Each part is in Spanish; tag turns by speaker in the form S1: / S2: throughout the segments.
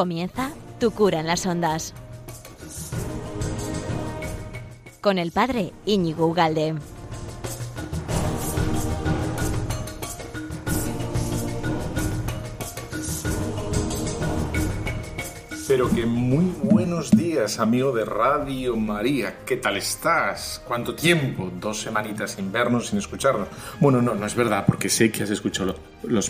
S1: Comienza Tu cura en las ondas. Con el padre Íñigo Ugalde.
S2: Pero que muy buenos días, amigo de Radio María. ¿Qué tal estás? ¿Cuánto tiempo? 2 semanitas sin vernos, sin escucharnos. Bueno, no es verdad, porque sé que has escuchado los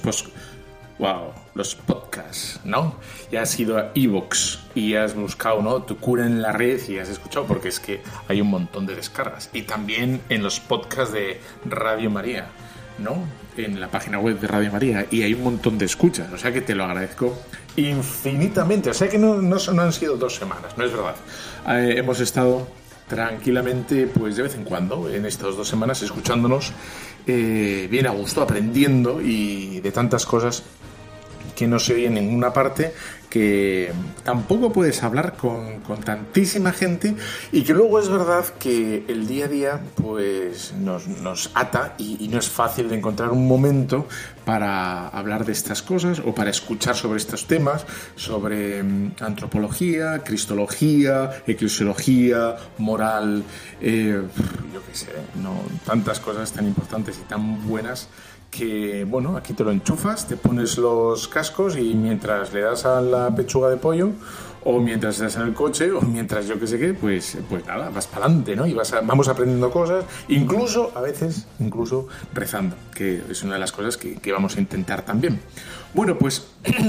S2: podcasts, ¿no? Ya has ido a iVoox y has buscado, ¿no?, Tu cura en la red y has escuchado, porque es que hay un montón de descargas. Y también en los podcasts de Radio María, ¿no?, en la página web de Radio María, y hay un montón de escuchas, o sea que te lo agradezco infinitamente. O sea que no han sido 2 semanas, no es verdad. Hemos estado tranquilamente, pues de vez en cuando, en estas 2 semanas, escuchándonos bien a gusto, aprendiendo y de tantas cosas que no se oye en ninguna parte, que tampoco puedes hablar con tantísima gente, y que luego es verdad que el día a día pues nos ata y no es fácil de encontrar un momento para hablar de estas cosas o para escuchar sobre estos temas, sobre antropología, cristología, eclesiología, moral, yo qué sé, ¿no? Tantas cosas tan importantes y tan buenas que, bueno, aquí te lo enchufas, te pones los cascos y mientras le das a la pechuga de pollo, o mientras estás en el coche, o mientras yo qué sé qué, pues nada, vas para adelante, ¿no? Y vamos aprendiendo cosas, incluso, a veces, rezando, que es una de las cosas que vamos a intentar también. Bueno, pues,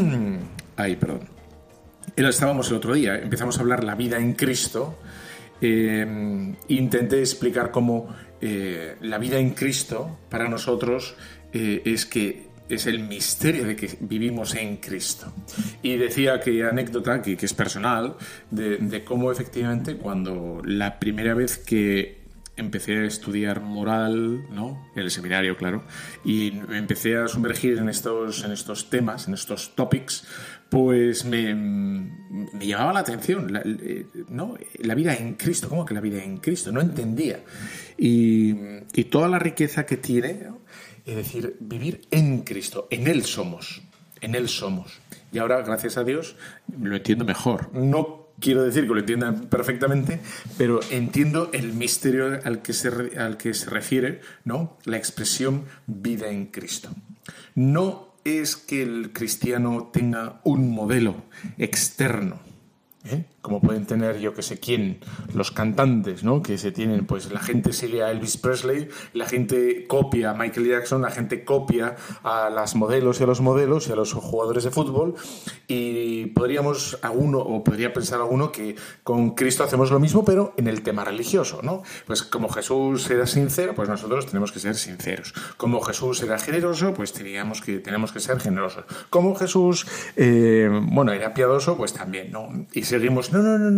S2: estábamos el otro día, empezamos a hablar la vida en Cristo. Intenté explicar cómo la vida en Cristo para nosotros es el misterio de que vivimos en Cristo. Y decía que anécdota, que es personal, de cómo efectivamente cuando la primera vez que empecé a estudiar moral, ¿no?, en el seminario, claro, y me empecé a sumergir en estos temas, en estos topics, pues me llamaba la atención, ¿no?, la vida en Cristo. ¿Cómo que la vida en Cristo? No entendía. Y toda la riqueza que tiene, ¿no?, es decir, vivir en Cristo, en Él somos. Y ahora, gracias a Dios, lo entiendo mejor. No quiero decir que lo entienda perfectamente, pero entiendo el misterio al que se refiere, ¿no?, la expresión vida en Cristo. No es que el cristiano tenga un modelo externo, como pueden tener yo que sé quién, los cantantes, ¿no?, que se tienen, pues la gente sigue a Elvis Presley, la gente copia a Michael Jackson, la gente copia a las modelos y a los modelos y a los jugadores de fútbol, y podría pensar alguno que con Cristo hacemos lo mismo, pero en el tema religioso, ¿no? Pues como Jesús era sincero, pues nosotros tenemos que ser sinceros. Como Jesús era generoso, pues tenemos que ser generosos. Como Jesús, era piadoso, pues también, ¿no? Y seguimos,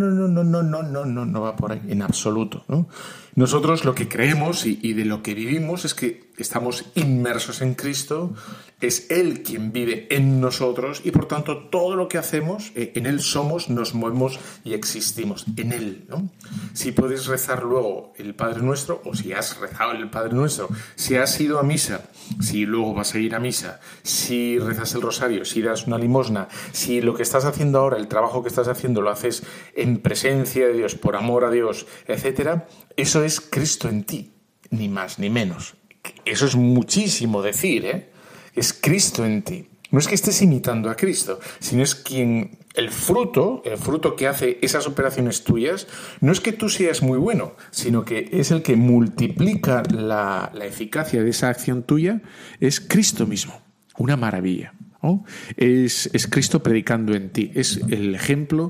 S2: no va por ahí, en absoluto, ¿no? Nosotros lo que creemos y de lo que vivimos es que estamos inmersos en Cristo, es Él quien vive en nosotros y por tanto todo lo que hacemos, en Él somos, nos movemos y existimos, en Él, ¿no? Si puedes rezar luego el Padre Nuestro, o si has rezado el Padre Nuestro, si has ido a misa, si luego vas a ir a misa, si rezas el rosario, si das una limosna, si lo que estás haciendo ahora, el trabajo que estás haciendo, lo haces en presencia de Dios, por amor a Dios, etcétera, eso es Cristo en ti, ni más ni menos. Eso es muchísimo decir, ¿eh? Es Cristo en ti. No es que estés imitando a Cristo, sino es quien el fruto que hace esas operaciones tuyas, no es que tú seas muy bueno, sino que es el que multiplica la eficacia de esa acción tuya, es Cristo mismo. Una maravilla, ¿no? Es Cristo predicando en ti. Es el ejemplo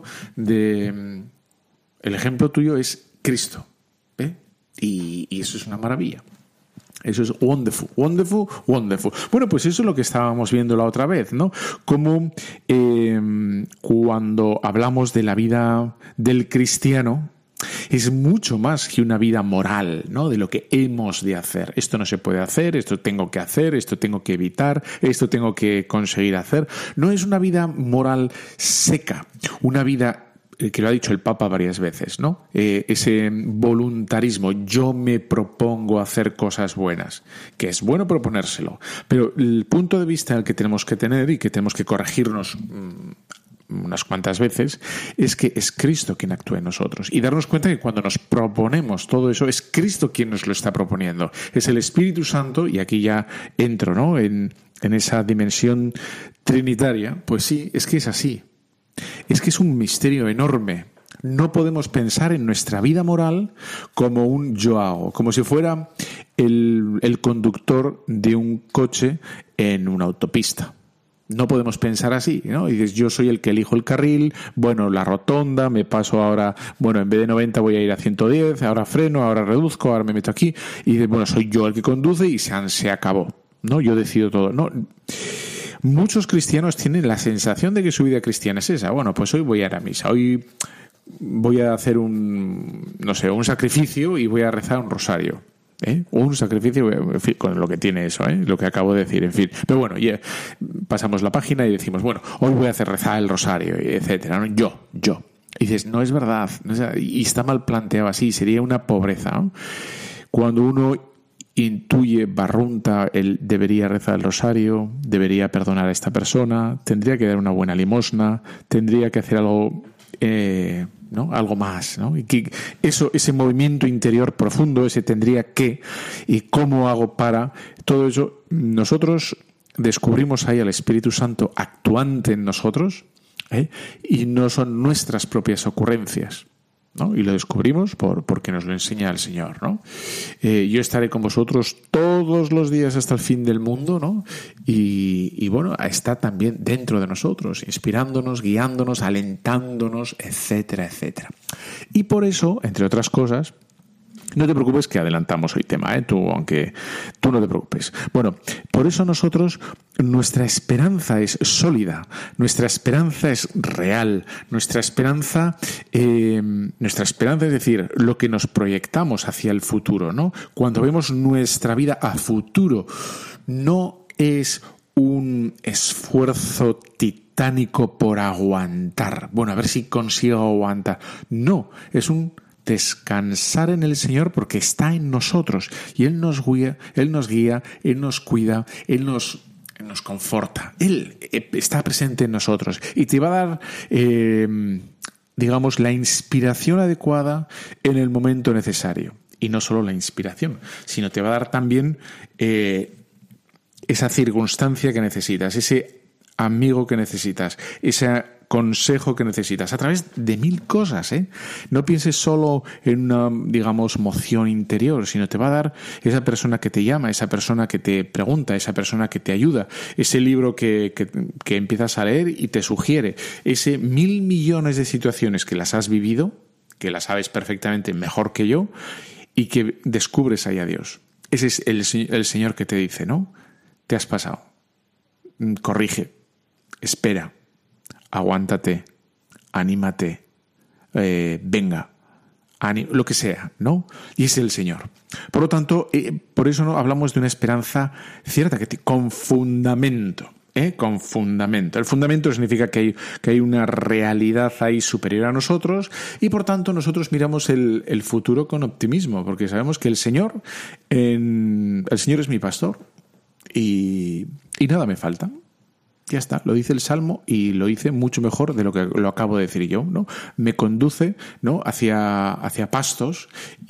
S2: tuyo es Cristo, ¿eh? Y eso es una maravilla. Eso es wonderful. Bueno, pues eso es lo que estábamos viendo la otra vez, ¿no? Como cuando hablamos de la vida del cristiano, es mucho más que una vida moral, ¿no?, de lo que hemos de hacer. Esto no se puede hacer, esto tengo que hacer, esto tengo que evitar, esto tengo que conseguir hacer. No es una vida moral seca, una vida que lo ha dicho el Papa varias veces, ¿no? Ese voluntarismo, yo me propongo hacer cosas buenas, que es bueno proponérselo, pero el punto de vista al que tenemos que tener y que tenemos que corregirnos unas cuantas veces, es que es Cristo quien actúa en nosotros. Y darnos cuenta que cuando nos proponemos todo eso, es Cristo quien nos lo está proponiendo. Es el Espíritu Santo, y aquí ya entro, ¿no?, en esa dimensión trinitaria. Pues sí, es que es así. Es que es un misterio enorme. No podemos pensar en nuestra vida moral como un yo hago, como si fuera el conductor de un coche en una autopista. No podemos pensar así, ¿no? Y dices, yo soy el que elijo el carril, bueno, la rotonda, me paso ahora, bueno, en vez de 90 voy a ir a 110, ahora freno, ahora reduzco, ahora me meto aquí. Y dices, bueno, soy yo el que conduce y se acabó, ¿no? Yo decido todo, ¿no? Muchos cristianos tienen la sensación de que su vida cristiana es esa. Bueno, pues hoy voy a ir a misa, hoy voy a hacer un sacrificio y voy a rezar un rosario. Un sacrificio, en fin, con lo que tiene eso, lo que acabo de decir, en fin. Pero bueno, ya pasamos la página y decimos, bueno, hoy voy a hacer rezar el rosario, etcétera, ¿no? Yo. Y dices, no es verdad, y está mal planteado así, sería una pobreza, ¿no? Cuando uno intuye, barrunta, él debería rezar el rosario, debería perdonar a esta persona, tendría que dar una buena limosna, tendría que hacer algo, ¿no?, algo más, ¿no? Y que ese movimiento interior profundo, ese tendría que, y cómo hago para, todo eso, nosotros descubrimos ahí al Espíritu Santo actuante en nosotros, y no son nuestras propias ocurrencias, ¿no? Y lo descubrimos porque nos lo enseña el Señor, ¿no? Yo estaré con vosotros todos los días hasta el fin del mundo, ¿no? Y bueno, está también dentro de nosotros, inspirándonos, guiándonos, alentándonos, etcétera, etcétera. Y por eso, entre otras cosas, no te preocupes que adelantamos hoy tema, aunque tú no te preocupes. Bueno, por eso nosotros, nuestra esperanza es sólida, nuestra esperanza es real, nuestra esperanza es decir, lo que nos proyectamos hacia el futuro, ¿no? Cuando vemos nuestra vida a futuro, no es un esfuerzo titánico por aguantar. Bueno, a ver si consigo aguantar. No, es un descansar en el Señor porque está en nosotros y Él nos guía, Él nos cuida, Él nos conforta. Él está presente en nosotros y te va a dar, digamos, la inspiración adecuada en el momento necesario. Y no solo la inspiración, sino te va a dar también esa circunstancia que necesitas, ese amigo que necesitas, ese consejo que necesitas, a través de 1000 cosas, No pienses solo en una, digamos, moción interior, sino te va a dar esa persona que te llama, esa persona que te pregunta, esa persona que te ayuda, ese libro que empiezas a leer y te sugiere, ese 1000 millones de situaciones que las has vivido, que las sabes perfectamente mejor que yo, y que descubres ahí a Dios. Ese es el Señor que te dice, ¿no? Te has pasado. Corrige. Espera. Aguántate, anímate, venga, lo que sea, ¿no? Y es el Señor. Por lo tanto, por eso no hablamos de una esperanza cierta, con fundamento, con fundamento. El fundamento significa que hay una realidad ahí superior a nosotros y, por tanto, nosotros miramos el futuro con optimismo, porque sabemos que el Señor es mi pastor y nada me falta. Ya está, lo dice el Salmo y lo dice mucho mejor de lo que lo acabo de decir yo, ¿no? Me conduce, ¿no?, hacia pastos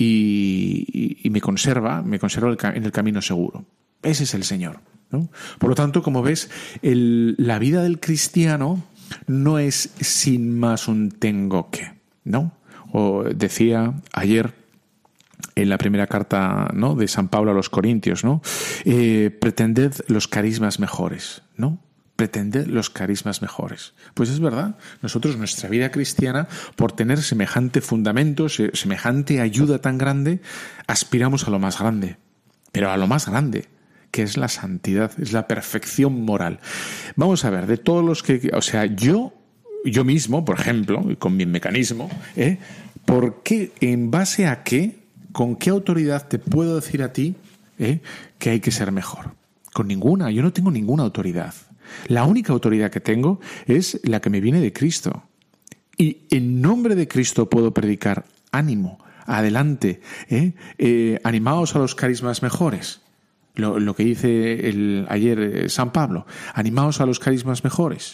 S2: y me conserva en el camino seguro. Ese es el Señor, ¿no? Por lo tanto, como ves, la vida del cristiano no es sin más un tengo que, ¿no? O decía ayer en la primera carta, ¿no?, de San Pablo a los Corintios, ¿no? Pretended los carismas mejores, ¿no? Pretender los carismas mejores. Pues es verdad, nosotros nuestra vida cristiana, por tener semejante fundamento, semejante ayuda tan grande, aspiramos a lo más grande, pero a lo más grande, que es la santidad, es la perfección moral. Vamos a ver, de todos los que, o sea, yo mismo, por ejemplo, con mi mecanismo, ¿por qué, en base a qué, con qué autoridad te puedo decir a ti que hay que ser mejor? Con ninguna, yo no tengo ninguna autoridad. La única autoridad que tengo es la que me viene de Cristo. Y en nombre de Cristo puedo predicar ánimo, adelante, animaos a los carismas mejores. Lo que dice ayer San Pablo, animaos a los carismas mejores.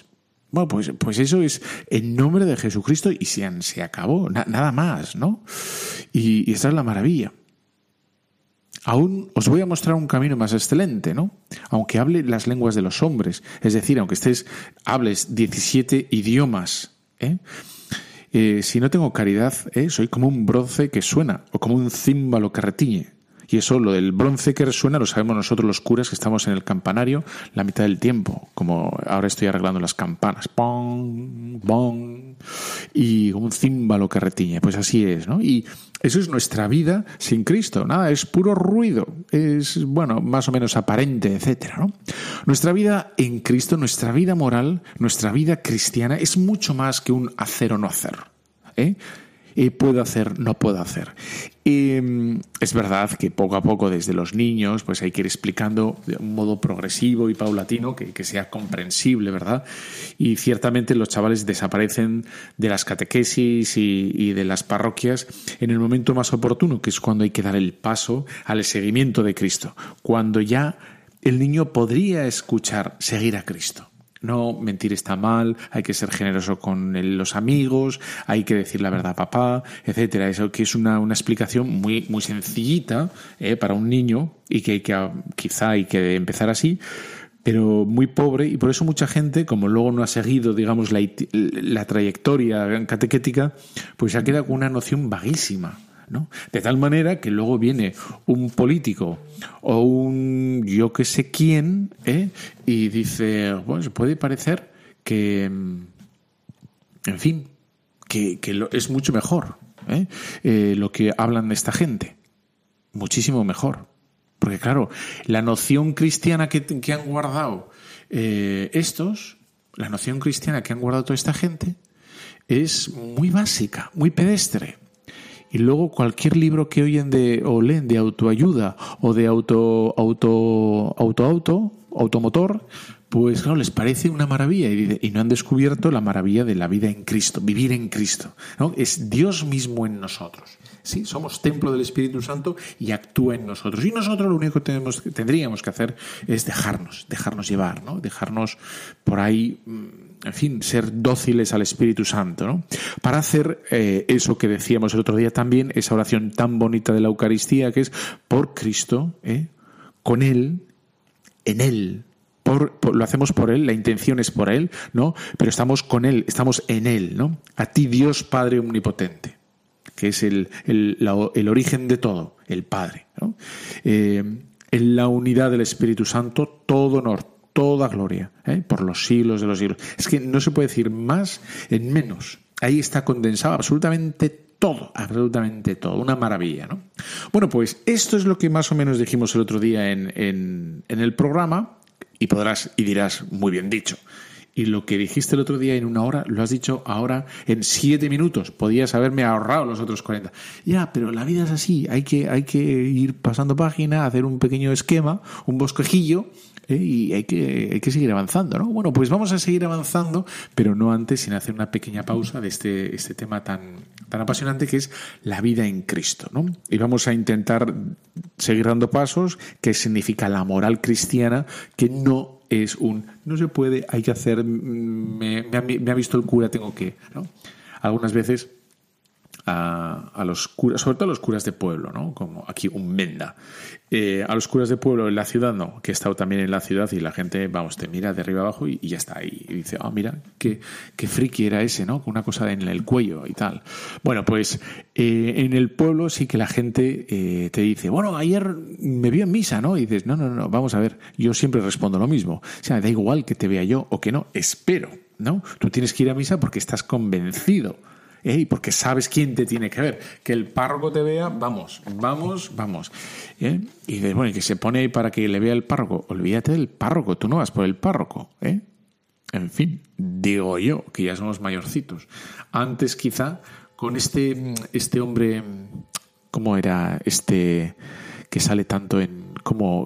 S2: Bueno, pues eso es en nombre de Jesucristo y se acabó, nada más, ¿no? Y esta es la maravilla. Aún os voy a mostrar un camino más excelente, ¿no? Aunque hable las lenguas de los hombres, es decir, aunque hables 17 idiomas, si no tengo caridad, soy como un bronce que suena o como un címbalo que retiñe. Y eso, lo del bronce que resuena, lo sabemos nosotros los curas que estamos en el campanario la mitad del tiempo, como ahora estoy arreglando las campanas, pong, bong, y como un címbalo que retiñe. Pues así es, ¿no? Y eso es nuestra vida sin Cristo. Nada, es puro ruido, es, bueno, más o menos aparente, etcétera, ¿no? Nuestra vida en Cristo, nuestra vida moral, nuestra vida cristiana es mucho más que un hacer o no hacer, puedo hacer, no puedo hacer. Es verdad que poco a poco desde los niños pues hay que ir explicando de un modo progresivo y paulatino que sea comprensible, ¿verdad? Y ciertamente los chavales desaparecen de las catequesis y de las parroquias en el momento más oportuno, que es cuando hay que dar el paso al seguimiento de Cristo, cuando ya el niño podría escuchar seguir a Cristo. No, mentir está mal, hay que ser generoso con los amigos, hay que decir la verdad a papá, etcétera. Eso que es una explicación muy, muy sencillita para un niño y que quizá hay que empezar así, pero muy pobre, y por eso mucha gente, como luego no ha seguido, digamos, la trayectoria catequética, pues se queda con una noción vaguísima, ¿no? De tal manera que luego viene un político o un yo que sé quién y dice, bueno, se puede parecer que, en fin, que es mucho mejor lo que hablan de esta gente, muchísimo mejor, porque claro, la noción cristiana que han guardado la noción cristiana que han guardado toda esta gente es muy básica, muy pedestre. Y luego cualquier libro que oyen o leen de autoayuda o de automotor, pues claro, les parece una maravilla y no han descubierto la maravilla de la vida en Cristo, vivir en Cristo, ¿no? Es Dios mismo en nosotros. Sí, somos templo del Espíritu Santo y actúa en nosotros. Y nosotros lo único que tendríamos que hacer es dejarnos llevar, ¿no? Dejarnos por ahí, en fin, ser dóciles al Espíritu Santo, ¿no? Para hacer eso que decíamos el otro día también, esa oración tan bonita de la Eucaristía, que es por Cristo, con Él, en Él. Lo hacemos por Él, la intención es por Él, ¿no? Pero estamos con Él, estamos en Él, ¿no? A ti, Dios Padre Omnipotente, que es el origen de todo, el Padre, ¿no? En la unidad del Espíritu Santo, todo honor, toda gloria, por los siglos de los siglos. Es que no se puede decir más en menos. Ahí está condensado absolutamente todo, una maravilla, ¿no? Bueno, pues esto es lo que más o menos dijimos el otro día en el programa, y dirás, muy bien dicho. Y lo que dijiste el otro día en 1 hora, lo has dicho ahora en 7 minutos. Podías haberme ahorrado los otros 40. Ya, pero la vida es así. Hay que ir pasando página, hacer un pequeño esquema, un bosquejillo, y hay que seguir avanzando, ¿no? Bueno, pues vamos a seguir avanzando, pero no antes sin hacer una pequeña pausa de este tema tan apasionante que es la vida en Cristo, ¿no? Y vamos a intentar seguir dando pasos, que significa la moral cristiana, que no es no se puede, hay que hacer, me ha visto el cura, tengo que, ¿no? Algunas veces a los curas, sobre todo a los curas de pueblo, ¿no? Como aquí un Menda. A los curas de pueblo en la ciudad no, que he estado también en la ciudad y la gente, vamos, te mira de arriba abajo y ya está. Y dice, mira, qué friki era ese, ¿no? Con una cosa en el cuello y tal. Bueno, pues en el pueblo sí que la gente te dice, bueno, ayer me vi en misa, ¿no? Y dices, no, vamos a ver, yo siempre respondo lo mismo. O sea, da igual que te vea yo o que no, espero, ¿no? Tú tienes que ir a misa porque estás convencido. Y porque sabes quién te tiene que ver. Que el párroco te vea, vamos. Y dices, bueno, y que se pone ahí para que le vea el párroco. Olvídate del párroco, tú no vas por el párroco, En fin, digo yo, que ya somos mayorcitos. Antes quizá, con este hombre, ¿cómo era? Que sale tanto en como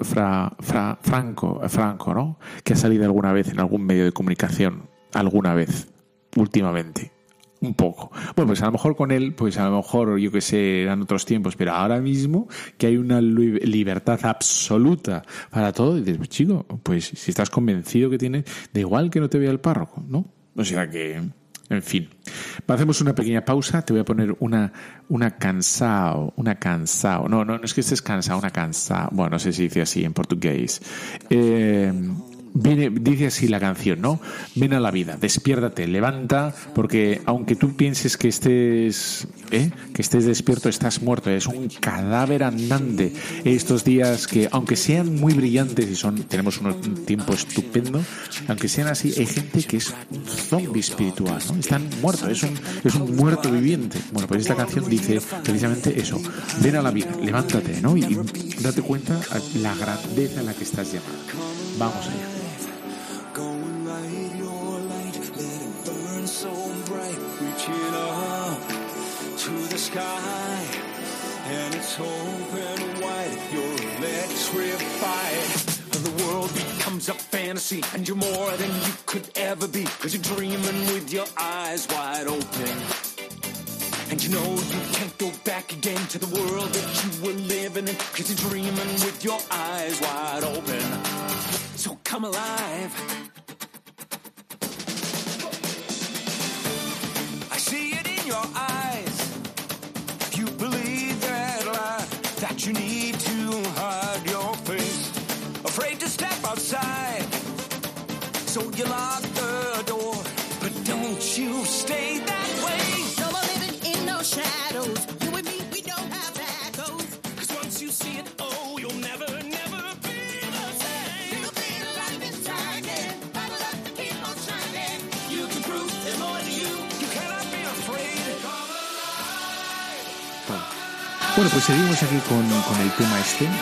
S2: Franco, ¿no? Que ha salido alguna vez en algún medio de comunicación, alguna vez, últimamente.
S3: Un poco. Bueno, pues a lo mejor con él, pues a lo mejor, yo que sé, eran otros tiempos, pero ahora mismo que hay una libertad absoluta para todo, y dices, pues chico, pues si estás convencido que tienes, da igual que no te vea el párroco, ¿no? O sea que, en fin. Hacemos una pequeña pausa, te voy a poner una cansao. No es que estés cansado, una cansao. Bueno, no sé si dice así en portugués. Dice así la canción, ¿no? Ven a la vida, despiértate, levanta, porque aunque tú pienses que estés despierto, estás muerto, es un cadáver andante. Estos días que, aunque sean muy brillantes y tenemos un tiempo estupendo, aunque sean así, hay gente que es un zombie espiritual, ¿no? Están muertos, es un muerto viviente. Bueno, pues esta canción dice precisamente eso: ven a la vida, levántate, ¿no? Y date cuenta de la grandeza en la que estás llamado. Vamos allá.
S4: Sky, and it's open wide, you're electrified. The world becomes a fantasy, and you're more than you could ever be, 'cause you're dreaming with your eyes wide open. And you know you can't go back again to the world that you were living in, 'cause you're dreaming with your eyes wide open. So come alive. I see it in your eyes. You believe that lie, that you need to hide your face, afraid to step outside, so you lock the door, but don't you stay that way.
S5: No more living in no shadows, you and me, we don't have echoes,
S4: 'cause once you see it, oh, you'll never be the same.
S5: you feel like it's turning, bottle up to keep on shining, you can prove there's more to you.
S4: You cannot be afraid.
S3: Bueno, pues seguimos aquí con el tema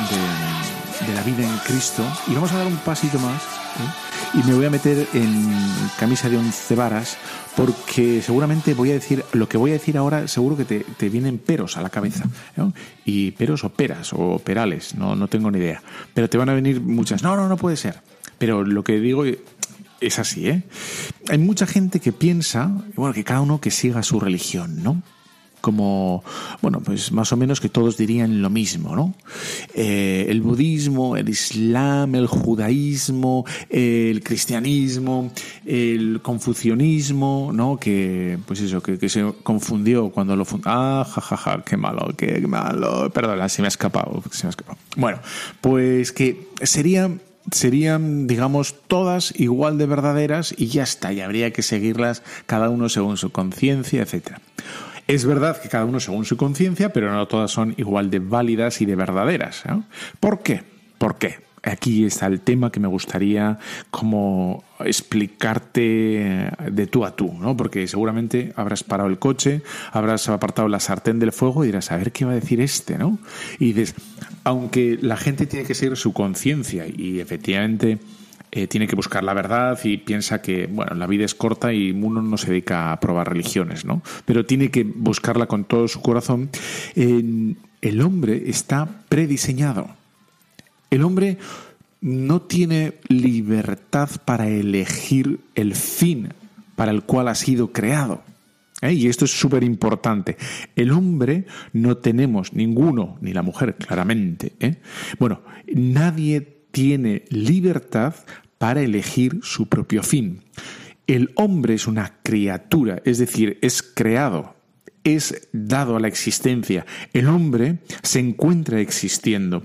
S3: de la vida en Cristo, y vamos a dar un pasito más, ¿eh? Y me voy a meter en camisa de 11 varas, porque seguramente voy a decir, lo que voy a decir ahora, seguro que te vienen peros a la cabeza, ¿no? Y peros o peras o perales, no tengo ni idea, pero te van a venir muchas, no puede ser, pero lo que digo es así, ¿eh? Hay mucha gente que piensa, bueno, que cada uno que siga su religión, ¿no? Como, bueno, pues más o menos que todos dirían lo mismo, ¿no? El budismo, el islam, el judaísmo, el cristianismo, el confucianismo, ¿no? Que, pues eso, que se confundió cuando lo qué malo, perdón, se me ha escapado. Bueno, pues que serían, digamos, todas igual de verdaderas y ya está, y habría que seguirlas cada uno según su conciencia, etcétera. Es verdad que cada uno según su conciencia, pero no todas son igual de válidas y de verdaderas, ¿no? ¿Por qué? Aquí está el tema que me gustaría como explicarte de tú a tú, ¿no? Porque seguramente habrás parado el coche, habrás apartado la sartén del fuego y dirás, a ver qué va a decir este, ¿no? Y dices, aunque la gente tiene que seguir su conciencia y efectivamente tiene que buscar la verdad y piensa que, bueno, la vida es corta y uno no se dedica a probar religiones, ¿no? Pero tiene que buscarla con todo su corazón. El hombre está prediseñado. El hombre no tiene libertad para elegir el fin para el cual ha sido creado. Y esto es súper importante. El hombre no tenemos ninguno, ni la mujer, claramente. Bueno, nadie tiene libertad para elegir su propio fin. El hombre es una criatura, es decir, es creado, es dado a la existencia. El hombre se encuentra existiendo.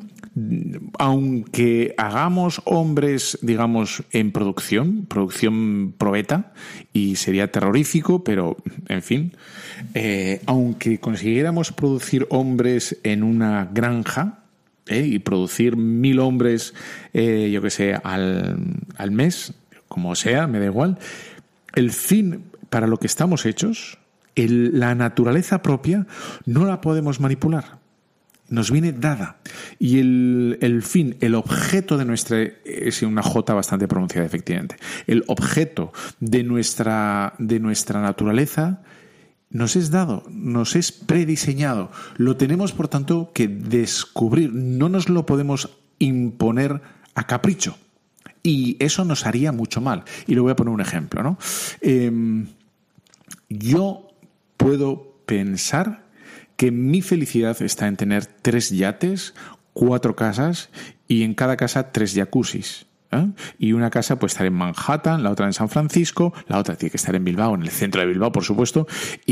S3: Aunque hagamos hombres, digamos, en producción probeta, y sería terrorífico, pero, en fin, aunque consiguiéramos producir hombres en una granja, y producir 1000 hombres, yo que sé, al mes, como sea, me da igual, el fin para lo que estamos hechos, la naturaleza propia, no la podemos manipular. Nos viene dada. Y el fin, el objeto de nuestra... Es una J bastante pronunciada, efectivamente. El objeto de nuestra naturaleza nos es dado, nos es prediseñado. Lo tenemos, por tanto, que descubrir. No nos lo podemos imponer a capricho. Y eso nos haría mucho mal. Y le voy a poner un ejemplo, ¿no? Yo puedo pensar que mi felicidad está en tener 3 yates, 4 casas y en cada casa 3 jacuzzis. Y una casa puede estar en Manhattan, la otra en San Francisco, la otra tiene que estar en Bilbao, en el centro de Bilbao, por supuesto,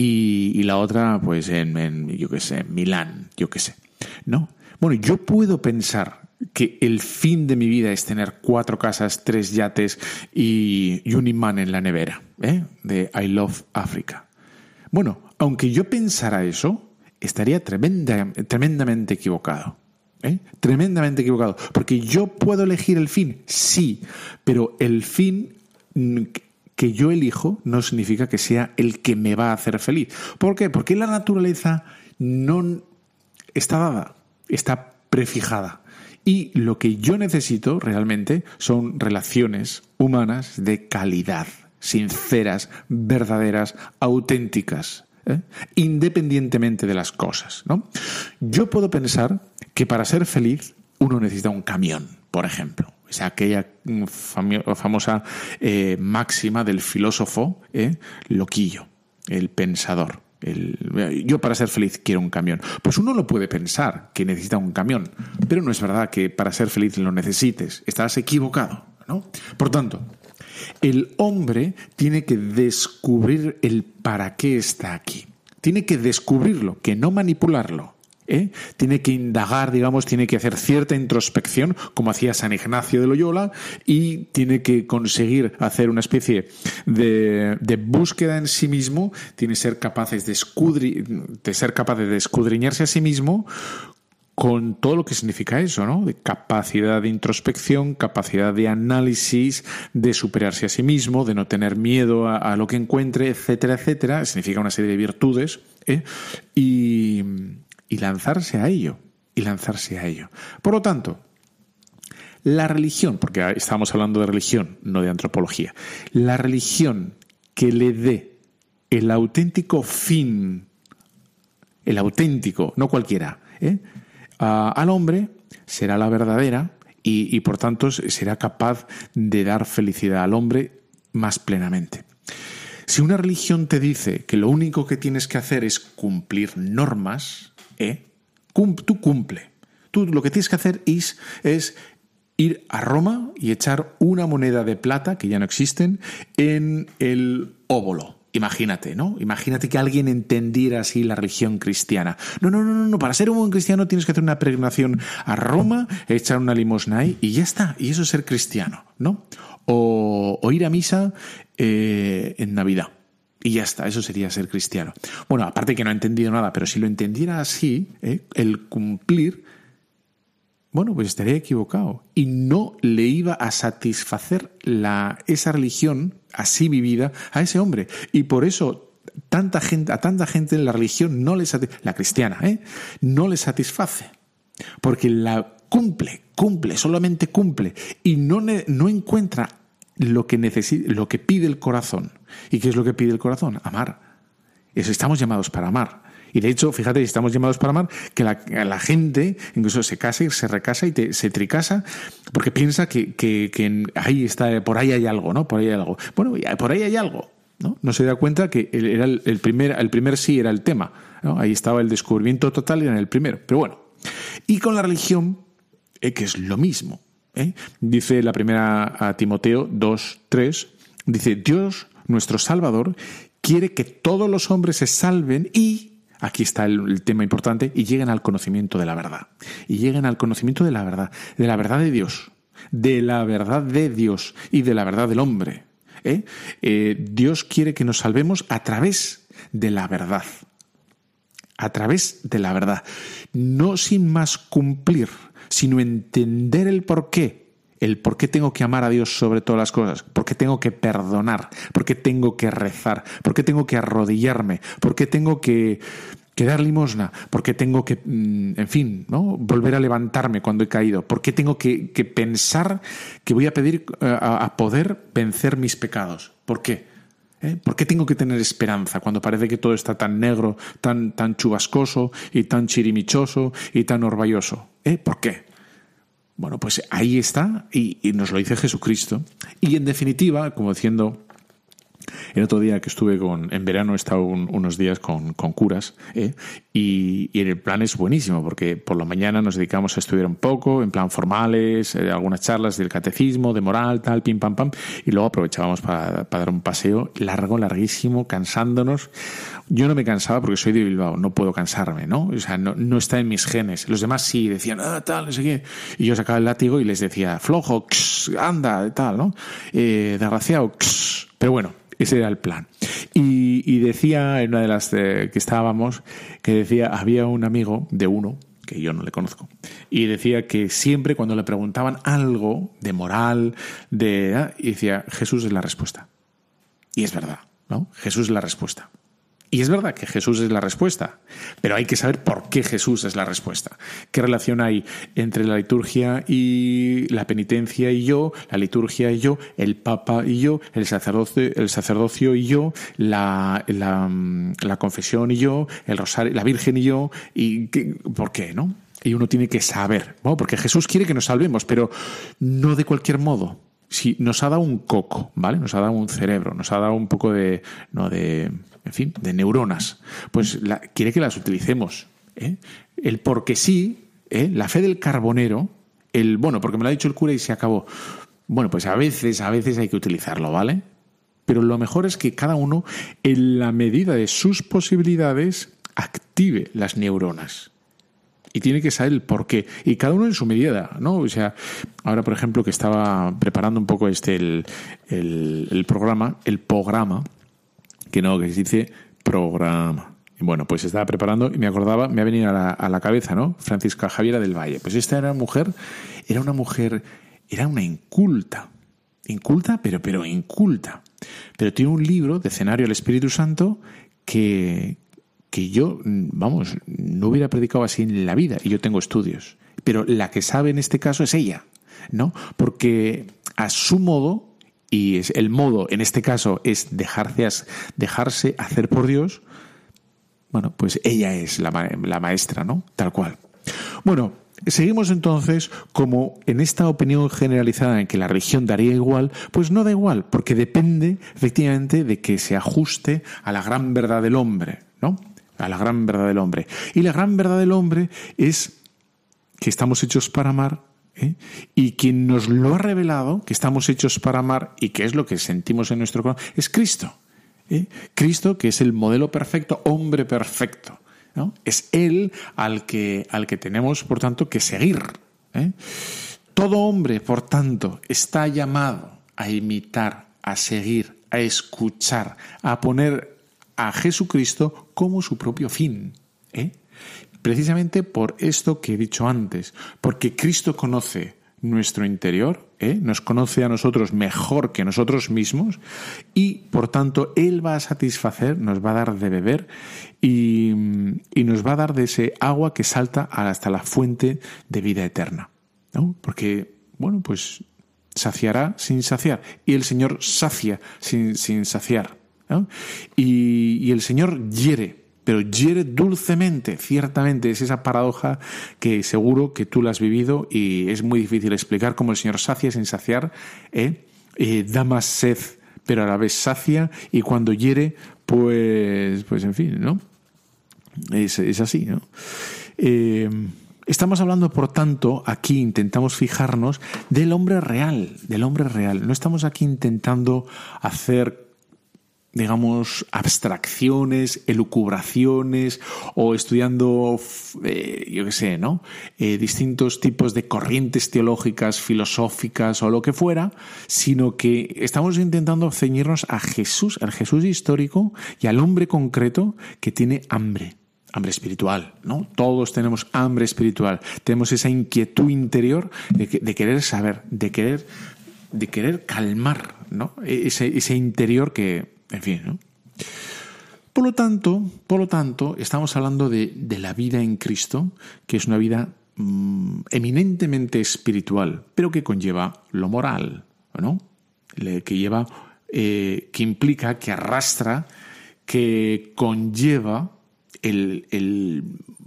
S3: y la otra pues en yo qué sé, en Milán, yo qué sé. No. Bueno, yo puedo pensar que el fin de mi vida es tener 4 casas, 3 yates y un imán en la nevera, de I Love Africa. Bueno, aunque yo pensara eso, estaría tremendamente equivocado. Tremendamente equivocado. Porque yo puedo elegir el fin, sí, pero el fin que yo elijo no significa que sea el que me va a hacer feliz. ¿Por qué? Porque la naturaleza no está dada, está prefijada. Y lo que yo necesito realmente son relaciones humanas de calidad, sinceras, verdaderas, auténticas, independientemente de las cosas, ¿no? Yo puedo pensar que para ser feliz uno necesita un camión, por ejemplo. O sea, aquella famosa máxima del filósofo loquillo, el pensador. Yo para ser feliz quiero un camión. Pues uno lo puede pensar que necesita un camión, pero no es verdad que para ser feliz lo necesites. Estás equivocado, ¿no? Por tanto, el hombre tiene que descubrir el para qué está aquí. Tiene que descubrirlo, que no manipularlo. Tiene que indagar, digamos, tiene que hacer cierta introspección, como hacía San Ignacio de Loyola, y tiene que conseguir hacer una especie de búsqueda en sí mismo, tiene que ser capaces de ser capaz de escudriñarse a sí mismo con todo lo que significa eso, ¿no? De capacidad de introspección, capacidad de análisis, de superarse a sí mismo, de no tener miedo a lo que encuentre, etcétera, etcétera. Significa una serie de virtudes, y lanzarse a ello. Por lo tanto, la religión, porque estamos hablando de religión, no de antropología, la religión que le dé el auténtico fin, el auténtico, no cualquiera, al hombre será la verdadera y por tanto será capaz de dar felicidad al hombre más plenamente. Si una religión te dice que lo único que tienes que hacer es cumplir normas, tú cumple. Tú lo que tienes que hacer es ir a Roma y echar una moneda de plata, que ya no existen, en el óbolo. Imagínate, ¿no? Imagínate que alguien entendiera así la religión cristiana. No. Para ser un buen cristiano tienes que hacer una peregrinación a Roma, echar una limosna ahí y ya está. Y eso es ser cristiano, ¿no? O ir a misa en Navidad. Y ya está, eso sería ser cristiano. Bueno, aparte que no ha entendido nada, pero si lo entendiera así, el cumplir, bueno, pues estaría equivocado. Y no le iba a satisfacer esa religión así vivida a ese hombre. Y por eso a tanta gente en la religión la cristiana, no le satisface. Porque la cumple, solamente cumple. Y no encuentra lo que pide el corazón. ¿Y qué es lo que pide el corazón? Amar. Estamos llamados para amar. Y de hecho, fíjate, estamos llamados para amar, que la gente incluso se casa y se recasa y se tricasa porque piensa que ahí está, por ahí hay algo, ¿no? Por ahí hay algo. Bueno, por ahí hay algo, ¿no? No se da cuenta que era el primer sí era el tema, ¿no? Ahí estaba el descubrimiento total, era el primero. Pero bueno, y con la religión, que es lo mismo. Dice la primera a Timoteo 2:3, dice: Dios, nuestro Salvador, quiere que todos los hombres se salven y, aquí está el tema importante, y lleguen al conocimiento de la verdad. Y lleguen al conocimiento de la verdad de Dios, de la verdad de Dios y de la verdad del hombre. Dios quiere que nos salvemos a través de la verdad. A través de la verdad. No sin más cumplir, sino entender el porqué. El por qué tengo que amar a Dios sobre todas las cosas, por qué tengo que perdonar, por qué tengo que rezar, por qué tengo que arrodillarme, por qué tengo que dar limosna, por qué tengo que, en fin, ¿no? Volver a levantarme cuando he caído, por qué tengo que pensar que voy a pedir a poder vencer mis pecados. ¿Por qué? ¿Por qué tengo que tener esperanza cuando parece que todo está tan negro, tan chubascoso y tan chirimichoso y tan orvalloso? ¿Por qué? Bueno, pues ahí está y nos lo dice Jesucristo. Y en definitiva, como diciendo, El otro día que estuve en verano he estado unos días con curas, y el plan es buenísimo porque por la mañana nos dedicamos a estudiar un poco, en plan formales, algunas charlas del catecismo, de moral, tal, pim, pam, pam, y luego aprovechábamos para dar un paseo larguísimo, cansándonos. Yo no me cansaba porque soy de Bilbao, no puedo cansarme, ¿no? O sea, no está en mis genes. Los demás sí decían, tal, no sé qué. Y yo sacaba el látigo y les decía, flojo, anda, tal, ¿no? Desgraciado, pero bueno, ese era el plan. Y decía en una de las que estábamos, que decía, había un amigo de uno, que yo no le conozco, y decía que siempre cuando le preguntaban algo de moral, y decía, Jesús es la respuesta. Y es verdad, ¿no? Jesús es la respuesta. Y es verdad que Jesús es la respuesta, pero hay que saber por qué Jesús es la respuesta. ¿Qué relación hay entre la liturgia y la penitencia y yo, la liturgia y yo, el Papa y yo, el sacerdocio y yo, la confesión y yo, el rosario, la Virgen y yo? ¿Por qué, no? Y uno tiene que saber, ¿no? Porque Jesús quiere que nos salvemos, pero no de cualquier modo. Si nos ha dado un coco, ¿vale? Nos ha dado un cerebro, nos ha dado un poco de neuronas, pues quiere que las utilicemos. El porque sí, la fe del carbonero, porque me lo ha dicho el cura y se acabó. Bueno, pues a veces hay que utilizarlo, ¿vale? Pero lo mejor es que cada uno, en la medida de sus posibilidades, active las neuronas. Y tiene que saber el porqué. Y cada uno en su medida, ¿no? O sea, ahora, por ejemplo, que estaba preparando un poco el programa, que se dice programa. Y bueno, pues estaba preparando y me ha venido a la cabeza, ¿no? Francisca Javiera del Valle. Pues esta era una inculta, pero inculta. Pero tiene un libro, Decenario al Espíritu Santo, que yo, no hubiera predicado así en la vida, y yo tengo estudios. Pero la que sabe en este caso es ella, ¿no? Porque a su modo, y el modo en este caso es dejarse hacer por Dios, bueno, pues ella es la maestra, ¿no? Tal cual. Bueno, seguimos entonces como en esta opinión generalizada en que la religión daría igual, pues no da igual, porque depende efectivamente de que se ajuste a la gran verdad del hombre, ¿no? A la gran verdad del hombre. Y la gran verdad del hombre es que estamos hechos para amar, y quien nos lo ha revelado, que estamos hechos para amar y que es lo que sentimos en nuestro corazón, es Cristo. Cristo, que es el modelo perfecto, hombre perfecto, ¿no? Es Él al que tenemos, por tanto, que seguir. Todo hombre, por tanto, está llamado a imitar, a seguir, a escuchar, a poner a Jesucristo como su propio fin. Precisamente por esto que he dicho antes, porque Cristo conoce nuestro interior, nos conoce a nosotros mejor que nosotros mismos, y por tanto Él va a satisfacer, nos va a dar de beber y nos va a dar de ese agua que salta hasta la fuente de vida eterna, ¿no? Porque, bueno, pues saciará sin saciar, y el Señor sacia sin saciar, ¿no? Y el Señor hiere, pero hiere dulcemente, ciertamente. Es esa paradoja que seguro que tú la has vivido y es muy difícil explicar cómo el Señor sacia sin saciar, da más sed, pero a la vez sacia, y cuando hiere, pues en fin, ¿no? Es así, ¿no? Estamos hablando, por tanto, aquí intentamos fijarnos del hombre real, No estamos aquí intentando hacer, digamos, abstracciones, elucubraciones, o estudiando, yo qué sé, ¿no? Distintos tipos de corrientes teológicas, filosóficas o lo que fuera, sino que estamos intentando ceñirnos a Jesús, al Jesús histórico y al hombre concreto que tiene hambre espiritual, ¿no? Todos tenemos hambre espiritual, tenemos esa inquietud interior de querer saber, de querer calmar, ¿no? Ese interior que, en fin, ¿no? Por lo tanto, estamos hablando de la vida en Cristo, que es una vida eminentemente espiritual, pero que conlleva lo moral, ¿no? Que implica, que arrastra, que conlleva el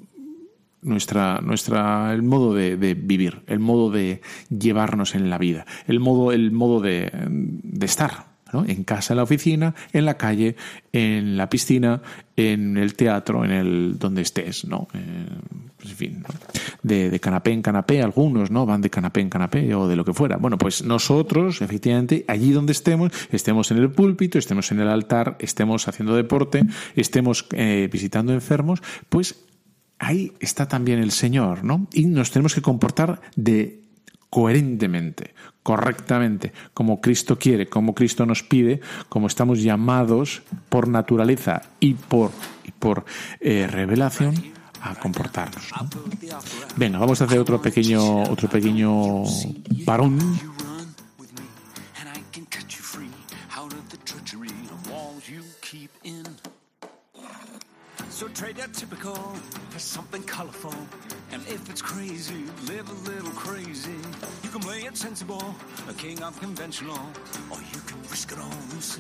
S3: modo de vivir, el modo de llevarnos en la vida, el modo de estar, ¿no? En casa, en la oficina, en la calle, en la piscina, en el teatro, en el donde estés, ¿no? Pues en fin, ¿no? De canapé en canapé, algunos, ¿no? Van de canapé en canapé o de lo que fuera. Bueno, pues nosotros, efectivamente, allí donde estemos en el púlpito, estemos en el altar, estemos haciendo deporte, estemos visitando enfermos, pues ahí está también el Señor, ¿no? Y nos tenemos que comportar coherentemente, correctamente, como Cristo quiere, como Cristo nos pide, como estamos llamados por naturaleza y por revelación a comportarnos, ¿no? Venga, vamos a hacer otro pequeño parón.
S4: So trade that typical for something colorful. And if it's crazy, live a little crazy. You can play it sensible, a king of conventional, or you can risk it all and see.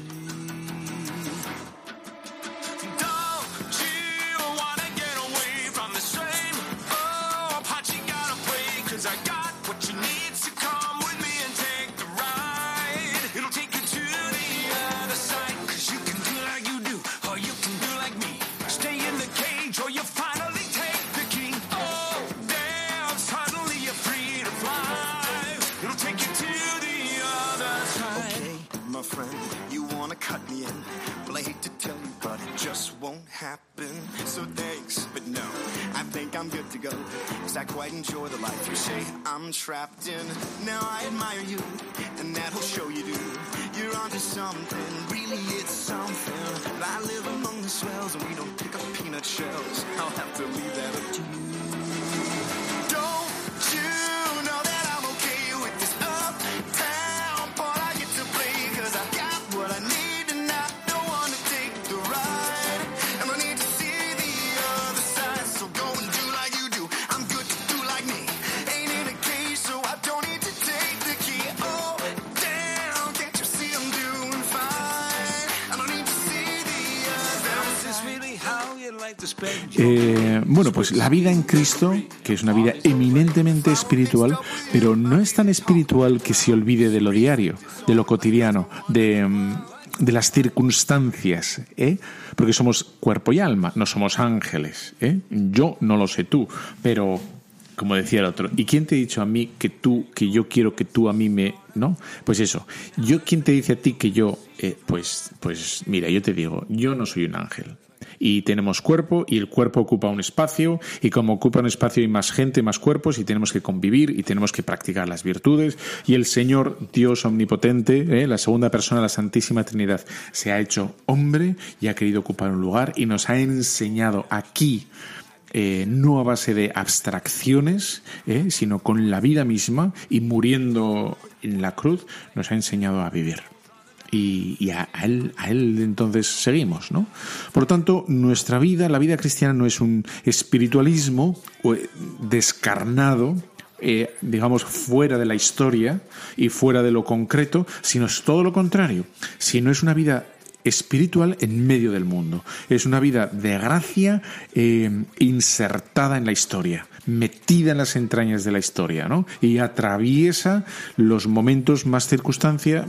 S4: Don't you wanna get away from the same old part you gotta play? 'Cause I got what you need, so come with me and take the ride. It'll take you to the other side. 'Cause you can do like you do, or you can do like me. Stay in the cage or you finally take the key. Oh, damn, suddenly you're free to fly. It'll take you to the other side.
S6: Okay, my friend, you wanna cut me in. Well, I hate to tell you, but it just won't happen. So thanks, but no, I think I'm good to go. 'Cause I quite enjoy the life you say I'm trapped in. Now I admire you, and that'll show you do. You're onto something, really it's something. I live among the swells and we don't pick up peanut shells. I'll have to leave that up to you. Don't you know that I'm okay with this uptown part I get to play? 'Cause I got what I need and I don't wanna take the ride. And I need to see the other side. So go and do like you do. I'm good to do like me. Ain't in a cage, so I don't need to take the key. Oh, damn, can't you see I'm doing fine? I don't need to see the other
S4: Is this really how you like to spend
S3: Bueno, pues la vida en Cristo, que es una vida eminentemente espiritual, pero no es tan espiritual que se olvide de lo diario, de lo cotidiano, de las circunstancias, porque somos cuerpo y alma, no somos ángeles, Yo no lo sé tú, pero como decía el otro, ¿y quién te ha dicho a mí que yo quiero que tú a mí me... ¿no? Pues eso, ¿quién te dice a ti que yo... pues mira, yo te digo, yo no soy un ángel. Y tenemos cuerpo, y el cuerpo ocupa un espacio, y como ocupa un espacio hay más gente, más cuerpos, y tenemos que convivir, y tenemos que practicar las virtudes, y el Señor, Dios omnipotente, la segunda persona de la Santísima Trinidad, se ha hecho hombre y ha querido ocupar un lugar, y nos ha enseñado aquí, no a base de abstracciones, sino con la vida misma, y muriendo en la cruz, nos ha enseñado a vivir. Y a él entonces seguimos, ¿no? Por lo tanto, nuestra vida, la vida cristiana, no es un espiritualismo descarnado, digamos, fuera de la historia y fuera de lo concreto, sino es todo lo contrario. Sino es una vida espiritual en medio del mundo. Es una vida de gracia insertada en la historia, metida en las entrañas de la historia, ¿no? Y atraviesa los momentos más circunstancias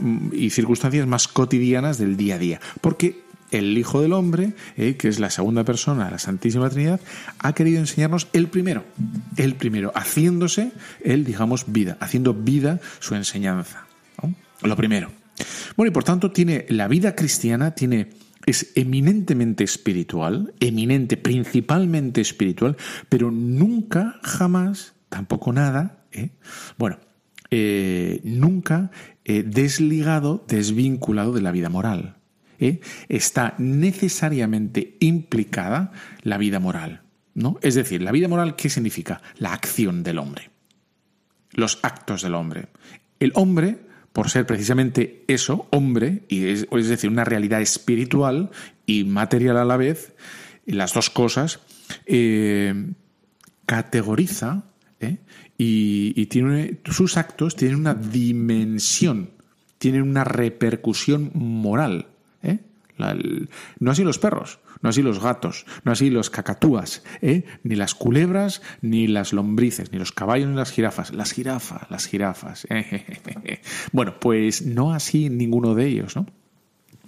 S3: más cotidianas del día a día. Porque el Hijo del Hombre, que es la segunda persona de la Santísima Trinidad, ha querido enseñarnos el primero, haciéndose él, digamos, vida, haciendo vida su enseñanza, ¿no? Lo primero. Bueno, y por tanto la vida cristiana es eminentemente espiritual, principalmente espiritual, pero nunca, jamás, tampoco nada, nunca desvinculado de la vida moral. Está necesariamente implicada la vida moral, ¿no? Es decir, la vida moral, ¿qué significa? La acción del hombre, los actos del hombre. El hombre, por ser precisamente eso, hombre, es decir, una realidad espiritual y material a la vez, las dos cosas, categoriza y sus actos tienen una dimensión, tienen una repercusión moral. No así los perros, no así los gatos, no así los cacatúas, ni las culebras, ni las lombrices, ni los caballos, ni las jirafas. Las jirafas. Bueno, pues no así ninguno de ellos, ¿no?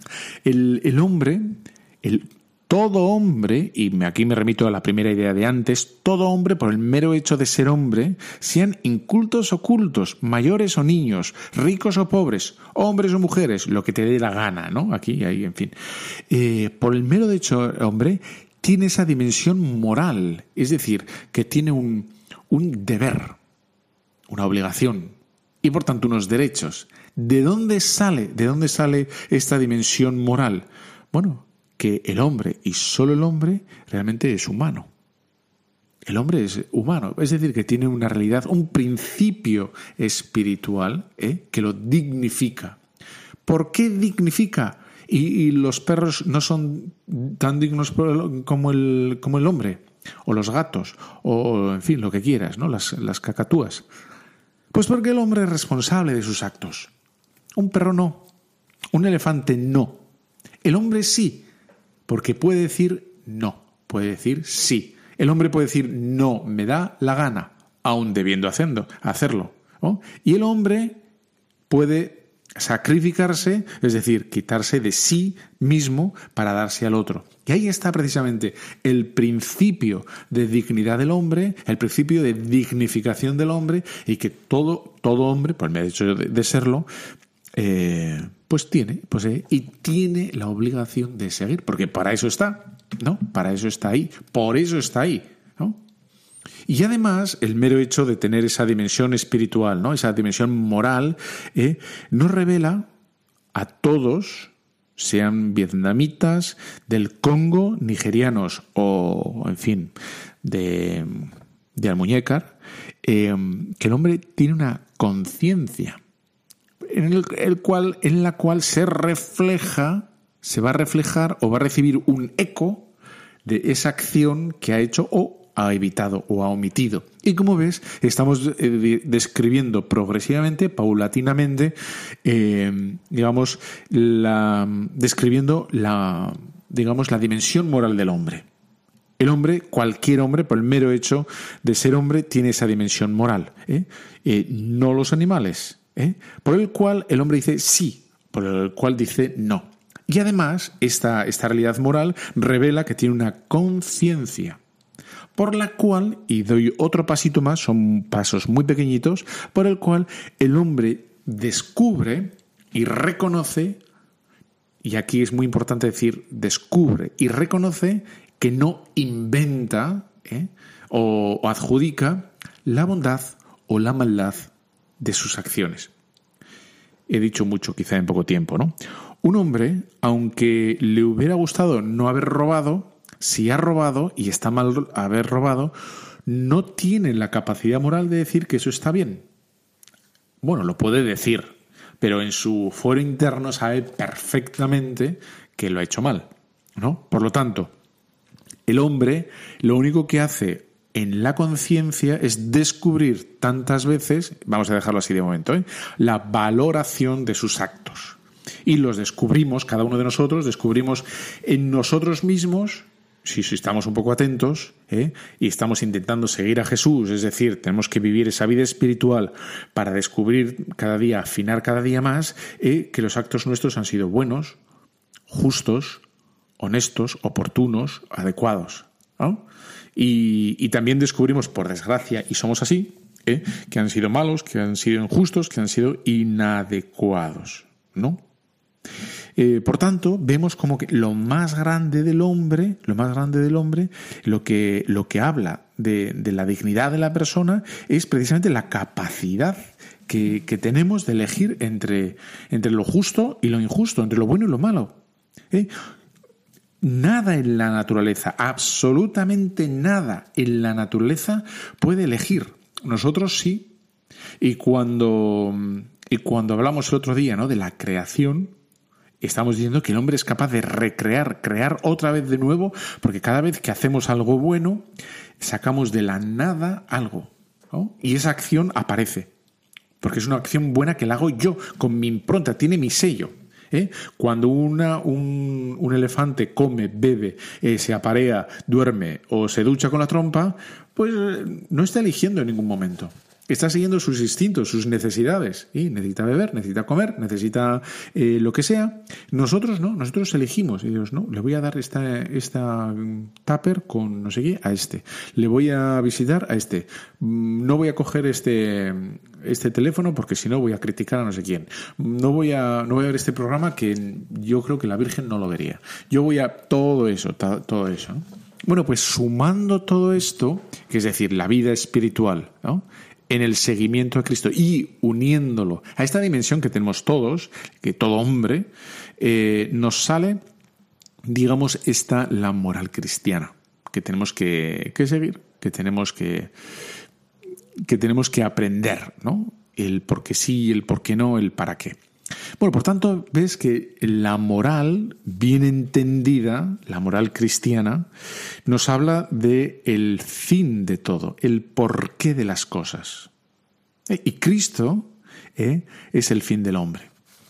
S3: El hombre, todo hombre, y aquí me remito a la primera idea de antes, todo hombre, por el mero hecho de ser hombre, sean incultos o cultos, mayores o niños, ricos o pobres, hombres o mujeres, lo que te dé la gana, ¿no? Aquí, ahí, en fin. Por el mero hecho, hombre, tiene esa dimensión moral, es decir, que tiene un deber, una obligación y por tanto unos derechos. ¿De dónde sale esta dimensión moral? Bueno, que el hombre y solo el hombre realmente es humano. El hombre es humano, es decir, que tiene una realidad, un principio espiritual que lo dignifica. ¿Por qué dignifica? Y los perros no son tan dignos como el hombre, o los gatos, o en fin, lo que quieras, ¿no? Las cacatúas. Pues porque el hombre es responsable de sus actos. Un perro no, un elefante no. El hombre sí, porque puede decir no, puede decir sí. El hombre puede decir no, me da la gana, aun debiendo hacerlo, ¿no? Y el hombre puede sacrificarse, es decir, quitarse de sí mismo para darse al otro. Y ahí está precisamente el principio de dignidad del hombre, el principio de dignificación del hombre, y que todo hombre, por el hecho de serlo, pues tiene la obligación de seguir, porque para eso está, ¿no? Para eso está ahí, por eso está ahí, ¿no? Y además, el mero hecho de tener esa dimensión espiritual, ¿no? Esa dimensión moral, nos revela a todos, sean vietnamitas, del Congo, nigerianos o, en fin, de Almuñécar, que el hombre tiene una conciencia en la cual se va a reflejar o va a recibir un eco de esa acción que ha hecho o ha evitado o ha omitido. Y como ves, estamos describiendo progresivamente, paulatinamente, describiendo la dimensión moral del hombre. El hombre, cualquier hombre, por el mero hecho de ser hombre, tiene esa dimensión moral. No los animales. Por el cual el hombre dice sí, por el cual dice no. Y además, esta realidad moral revela que tiene una conciencia, por la cual, y doy otro pasito más, son pasos muy pequeñitos, por el cual el hombre descubre y reconoce, y aquí es muy importante decir descubre y reconoce, que no inventa o adjudica la bondad o la maldad de sus acciones. He dicho mucho quizá en poco tiempo, ¿no? Un hombre, aunque le hubiera gustado no haber robado, si ha robado y está mal haber robado, no tiene la capacidad moral de decir que eso está bien. Bueno, lo puede decir, pero en su fuero interno sabe perfectamente que lo ha hecho mal, ¿no? Por lo tanto, el hombre lo único que hace en la conciencia es descubrir tantas veces, vamos a dejarlo así de momento, la valoración de sus actos. Y los descubrimos, cada uno de nosotros, descubrimos en nosotros mismos, si estamos un poco atentos, y estamos intentando seguir a Jesús, es decir, tenemos que vivir esa vida espiritual para descubrir cada día, afinar cada día más, que los actos nuestros han sido buenos, justos, honestos, oportunos, adecuados, ¿no? Y también descubrimos, por desgracia, y somos así, que han sido malos, que han sido injustos, que han sido inadecuados, ¿no? Por tanto, vemos como que lo más grande del hombre, lo que habla de la dignidad de la persona es precisamente la capacidad que tenemos de elegir entre lo justo y lo injusto, entre lo bueno y lo malo. Nada en la naturaleza, absolutamente nada en la naturaleza puede elegir. Nosotros sí. Y cuando hablamos el otro día, ¿no?, de la creación, estamos diciendo que el hombre es capaz de recrear, crear otra vez de nuevo, porque cada vez que hacemos algo bueno, sacamos de la nada algo, ¿no? Y esa acción aparece, porque es una acción buena que la hago yo, con mi impronta, tiene mi sello. Cuando un elefante come, bebe, se aparea, duerme o se ducha con la trompa, pues no está eligiendo en ningún momento. Está siguiesta sus instintos, sus necesidades. Y necesita beber, necesita comer, necesita lo que sea. Nosotros no, nosotros elegimos. Y Dios, no, le voy a dar esta tupper con no sé qué a este. Le voy a visitar a este. No voy a coger este teléfono porque si no voy a criticar a no sé quién. No voy a ver este programa que yo creo que la Virgen no lo vería. Yo voy a todo eso, ¿no? Bueno, pues sumando todo esto, que es decir, la vida espiritual, ¿no?, en el seguimiento a Cristo y uniéndolo a esta dimensión que tenemos todos, que todo hombre, nos sale, digamos, la moral cristiana que tenemos que seguir, que tenemos que aprender, ¿no? El por qué sí, el por qué no, el para qué. Bueno, por tanto, ves que la moral bien entendida, la moral cristiana, nos habla de el fin de todo, el porqué de las cosas. Y Cristo es el fin del hombre.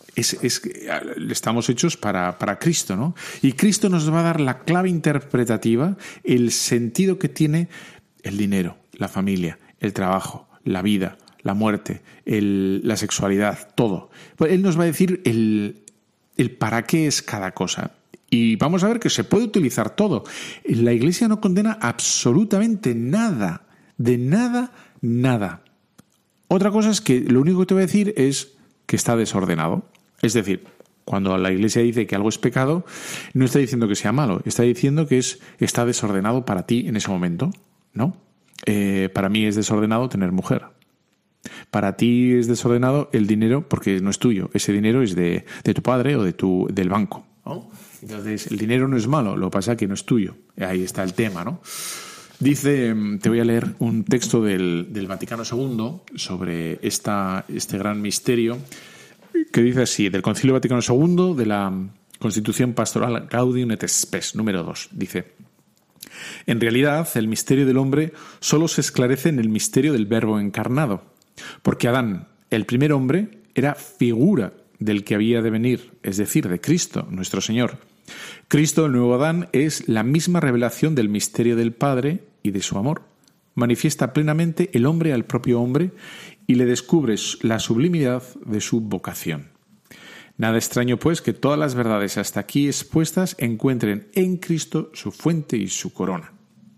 S3: Estamos hechos para Cristo, ¿no? Y Cristo nos va a dar la clave interpretativa, el sentido que tiene el dinero, la familia, el trabajo, la vida, la muerte, la sexualidad, todo. Pues Él nos va a decir el para qué es cada cosa. Y vamos a ver que se puede utilizar todo. La Iglesia no condena absolutamente nada, de nada. Otra cosa es que lo único que te voy a decir es que está desordenado. Es decir, cuando la Iglesia dice que algo es pecado, no está diciendo que sea malo, está diciendo que está desordenado para ti en ese momento, ¿no? Para mí es desordenado tener mujer. Para ti es desordenado el dinero porque no es tuyo. Ese dinero es de tu padre o del banco, ¿no? Entonces, el dinero no es malo, lo que pasa es que no es tuyo. Ahí está el tema, ¿no? Dice, te voy a leer un texto del Vaticano II sobre este gran misterio, que dice así, del Concilio Vaticano II, de la Constitución Pastoral Gaudium et Spes, número 2. Dice: en realidad, el misterio del hombre solo se esclarece en el misterio del Verbo encarnado, porque Adán, el primer hombre, era figura del que había de venir, es decir, de Cristo, nuestro Señor. Cristo, el nuevo Adán, es la misma revelación del misterio del Padre y de su amor. Manifiesta plenamente el hombre al propio hombre y le descubre la sublimidad de su vocación. Nada extraño, pues, que todas las verdades hasta aquí expuestas encuentren en Cristo su fuente y su corona.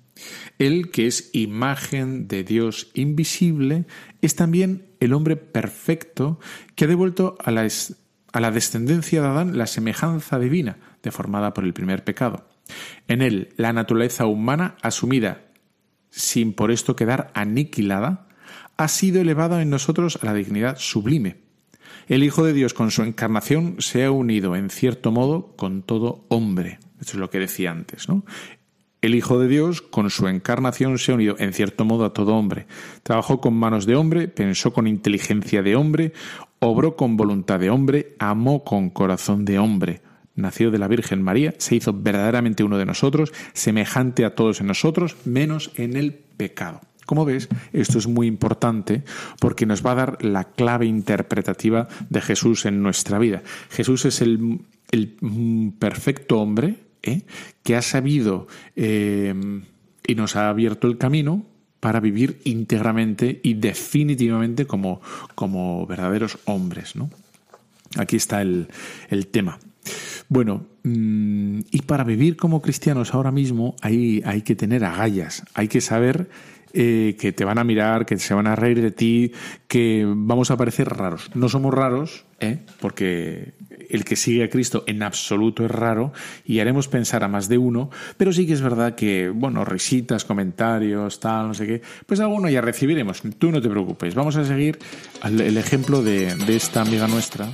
S3: Él, que es imagen de Dios invisible, es también el hombre perfecto que ha devuelto a la descendencia de Adán la semejanza divina, deformada por el primer pecado. En él, la naturaleza humana, asumida sin por esto quedar aniquilada, ha sido elevada en nosotros a la dignidad sublime. El Hijo de Dios, con su encarnación, se ha unido, en cierto modo, con todo hombre. Esto es lo que decía antes, ¿no? El Hijo de Dios, con su encarnación, se ha unido, en cierto modo, a todo hombre. Trabajó con manos de hombre, pensó con inteligencia de hombre, obró con voluntad de hombre, amó con corazón de hombre. Nació de la Virgen María, se hizo verdaderamente uno de nosotros, semejante a todos en nosotros, menos en el pecado. Como ves, esto es muy importante porque nos va a dar la clave interpretativa de Jesús en nuestra vida. Jesús es el perfecto hombre, que ha sabido y nos ha abierto el camino para vivir íntegramente y definitivamente como verdaderos hombres, ¿no? Aquí está el tema. Bueno, y para vivir como cristianos ahora mismo hay que tener agallas, hay que saber que te van a mirar, que se van a reír de ti, que vamos a parecer raros. No somos raros, porque el que sigue a Cristo en absoluto es raro y haremos pensar a más de uno, pero sí que es verdad que, bueno, risitas, comentarios, tal, no sé qué, pues alguno ya recibiremos. Tú no te preocupes. Vamos a seguir el ejemplo de esta amiga nuestra.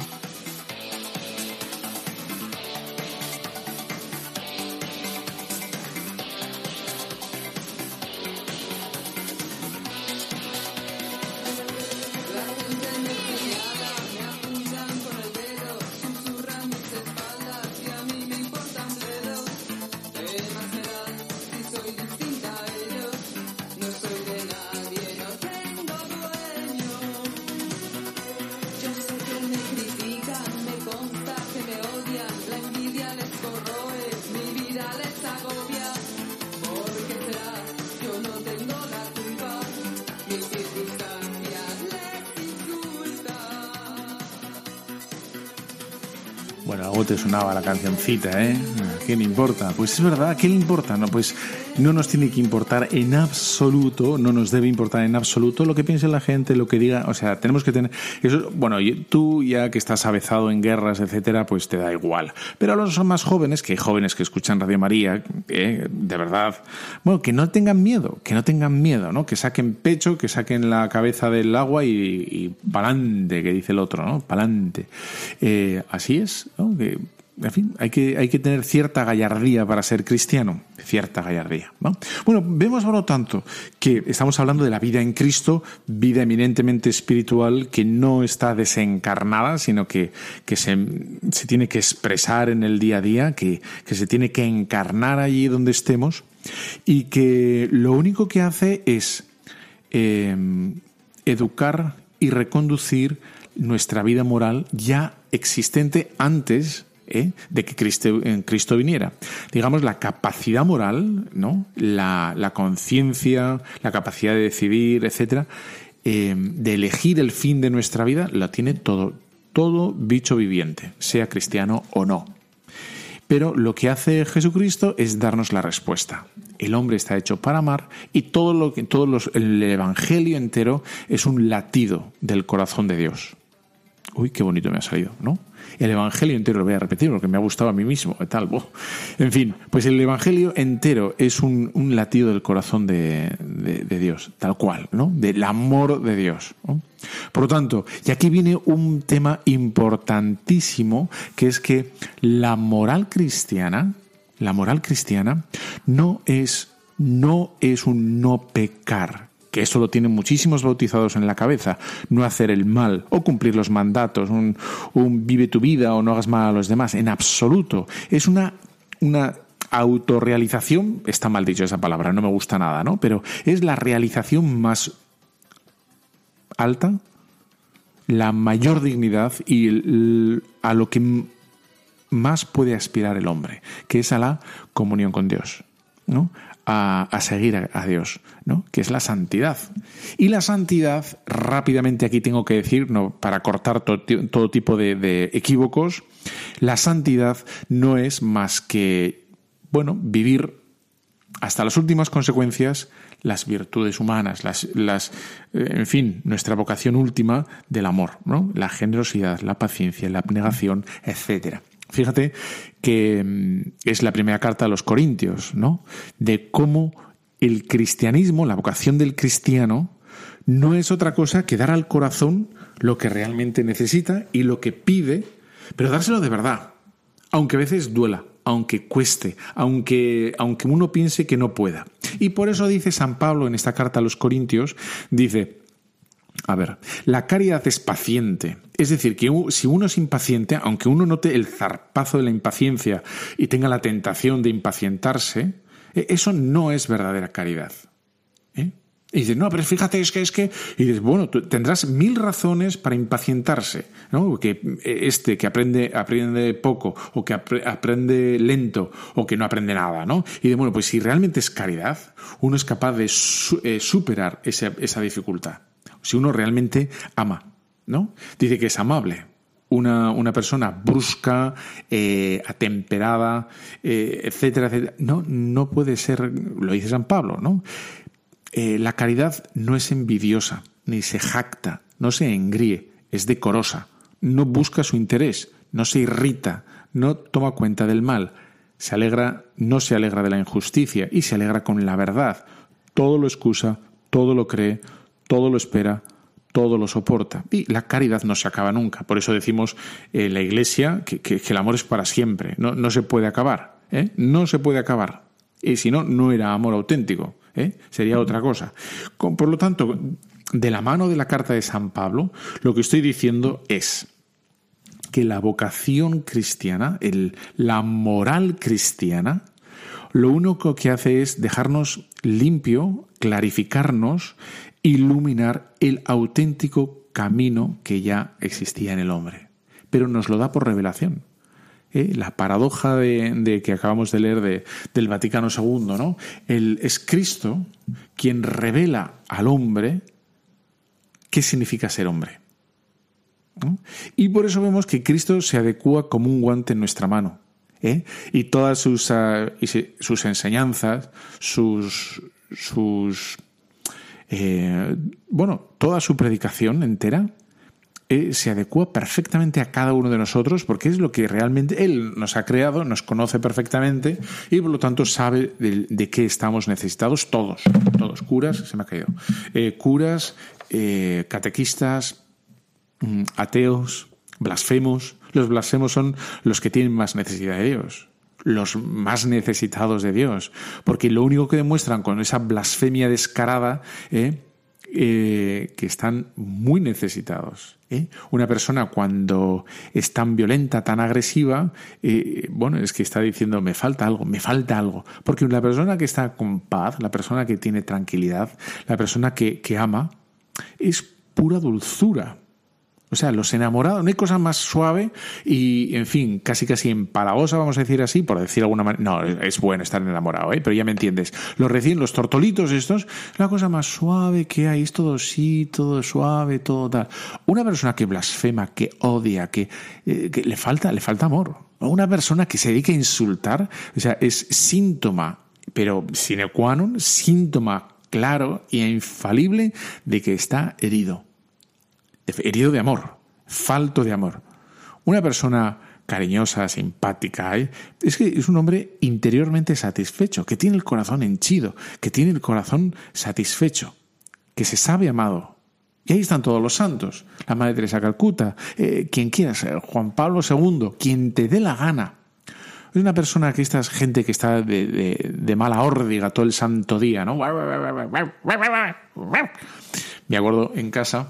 S7: Yo sé que me critican.
S3: Bueno, algo te sonaba la cancioncita, ¿eh? ¿Qué le importa? Pues es verdad, ¿qué le importa? No, pues no nos tiene que importar en absoluto, no nos debe importar en absoluto lo que piense la gente, lo que diga. O sea, tenemos que tener... Eso, bueno, tú ya que estás avezado en guerras, etcétera, pues te da igual. Pero a los más jóvenes, que hay jóvenes que escuchan Radio María, de verdad, bueno, que no tengan miedo, ¿no? Que saquen pecho, que saquen la cabeza del agua y pa'lante, que dice el otro, ¿no? Pa'lante. Así es, ¿no? Que, en fin, hay que tener cierta gallardía para ser cristiano, cierta gallardía, ¿no? Bueno, vemos por lo tanto que estamos hablando de la vida en Cristo, vida eminentemente espiritual que no está desencarnada, sino que se tiene que expresar en el día a día, que se tiene que encarnar allí donde estemos, y que lo único que hace es educar y reconducir nuestra vida moral ya existente antes de que Cristo viniera. Digamos, la capacidad moral, ¿no? La conciencia, la capacidad de decidir, etcétera, de elegir el fin de nuestra vida, la tiene todo bicho viviente, sea cristiano o no. Pero lo que hace Jesucristo es darnos la respuesta. El hombre está hecho para amar y el Evangelio entero es un latido del corazón de Dios. Uy, qué bonito me ha salido, ¿no? El Evangelio entero, lo voy a repetir porque me ha gustado a mí mismo, tal. En fin, pues el Evangelio entero es un latido del corazón de Dios, tal cual, ¿no? Del amor de Dios, ¿no? Por lo tanto, y aquí viene un tema importantísimo, que es que la moral cristiana no es un no pecar, que eso lo tienen muchísimos bautizados en la cabeza, no hacer el mal o cumplir los mandatos, un vive tu vida o no hagas mal a los demás, en absoluto. Es una autorrealización, está mal dicho esa palabra, no me gusta nada, ¿no? Pero es la realización más alta, la mayor dignidad y a lo que más puede aspirar el hombre, que es a la comunión con Dios, ¿no? A seguir a Dios, ¿no? Que es la santidad. Y la santidad, rápidamente aquí tengo que decir, no, para cortar todo tipo de equívocos, la santidad no es más que, vivir hasta las últimas consecuencias las virtudes humanas, en fin, nuestra vocación última del amor, ¿no? La generosidad, la paciencia, la abnegación, etcétera. Fíjate que es la primera carta a los Corintios, ¿no? De cómo el cristianismo, la vocación del cristiano, no es otra cosa que dar al corazón lo que realmente necesita y lo que pide, pero dárselo de verdad, aunque a veces duela, aunque cueste, aunque uno piense que no pueda. Y por eso dice San Pablo en esta carta a los Corintios, dice... A ver, la caridad es paciente. Es decir, que si uno es impaciente, aunque uno note el zarpazo de la impaciencia y tenga la tentación de impacientarse, eso no es verdadera caridad. Y dices, no, pero fíjate, es que... Y dices, bueno, tú tendrás 1000 razones para impacientarse, ¿no? Que que aprende poco, o que aprende lento, o que no aprende nada, ¿no? Y dices, bueno, pues si realmente es caridad, uno es capaz de superar esa dificultad. Si uno realmente ama, ¿no? Dice que es amable. Una persona brusca, atemperada, etcétera, etcétera. No puede ser, lo dice San Pablo, ¿no? La caridad no es envidiosa, ni se jacta, no se engríe, es decorosa, no busca su interés, no se irrita, no toma cuenta del mal, no se alegra de la injusticia y se alegra con la verdad. Todo lo excusa, todo lo cree, todo lo espera, todo lo soporta. Y la caridad no se acaba nunca. Por eso decimos en la Iglesia que el amor es para siempre. No se puede acabar. No se puede acabar. Y si no, no era amor auténtico. Sería otra cosa. Por lo tanto, de la mano de la carta de San Pablo, lo que estoy diciendo es que la vocación cristiana, la moral cristiana, lo único que hace es dejarnos limpio, clarificarnos, iluminar el auténtico camino que ya existía en el hombre. Pero nos lo da por revelación. La paradoja de que acabamos de leer del Vaticano II, ¿no? Es Cristo quien revela al hombre qué significa ser hombre. ¿no? Y por eso vemos que Cristo se adecua como un guante en nuestra mano, ¿eh? Y todas sus enseñanzas, toda su predicación entera se adecua perfectamente a cada uno de nosotros, porque es lo que realmente Él nos ha creado, nos conoce perfectamente y por lo tanto sabe de qué estamos necesitados todos, curas, se me ha caído, curas, catequistas, ateos, blasfemos. Los blasfemos son los que tienen más necesidad de Dios, los más necesitados de Dios, porque lo único que demuestran con esa blasfemia descarada que están muy necesitados. Una persona cuando es tan violenta, tan agresiva, es que está diciendo me falta algo. Porque la persona que está con paz, la persona que tiene tranquilidad, la persona que ama, es pura dulzura. O sea, los enamorados, no hay cosa más suave y, en fin, casi empalagosa, vamos a decir así, por decir alguna manera. No, es bueno estar enamorado, pero ya me entiendes. Los tortolitos estos, la cosa más suave que hay, es todo sí, todo suave, todo tal. Una persona que blasfema, que odia, que le falta amor. Una persona que se dedica a insultar, o sea, es síntoma, pero sine qua non, síntoma claro e infalible de que está herido de amor, falto de amor. Una persona cariñosa, simpática, es que es un hombre interiormente satisfecho, que tiene el corazón henchido, que tiene el corazón satisfecho, que se sabe amado. Y ahí están todos los santos, la Madre Teresa de Calcuta, quien quiera ser, Juan Pablo II, quien te dé la gana. Es una persona que esta gente que está de mala órdiga todo el santo día, ¿no? Me acuerdo en casa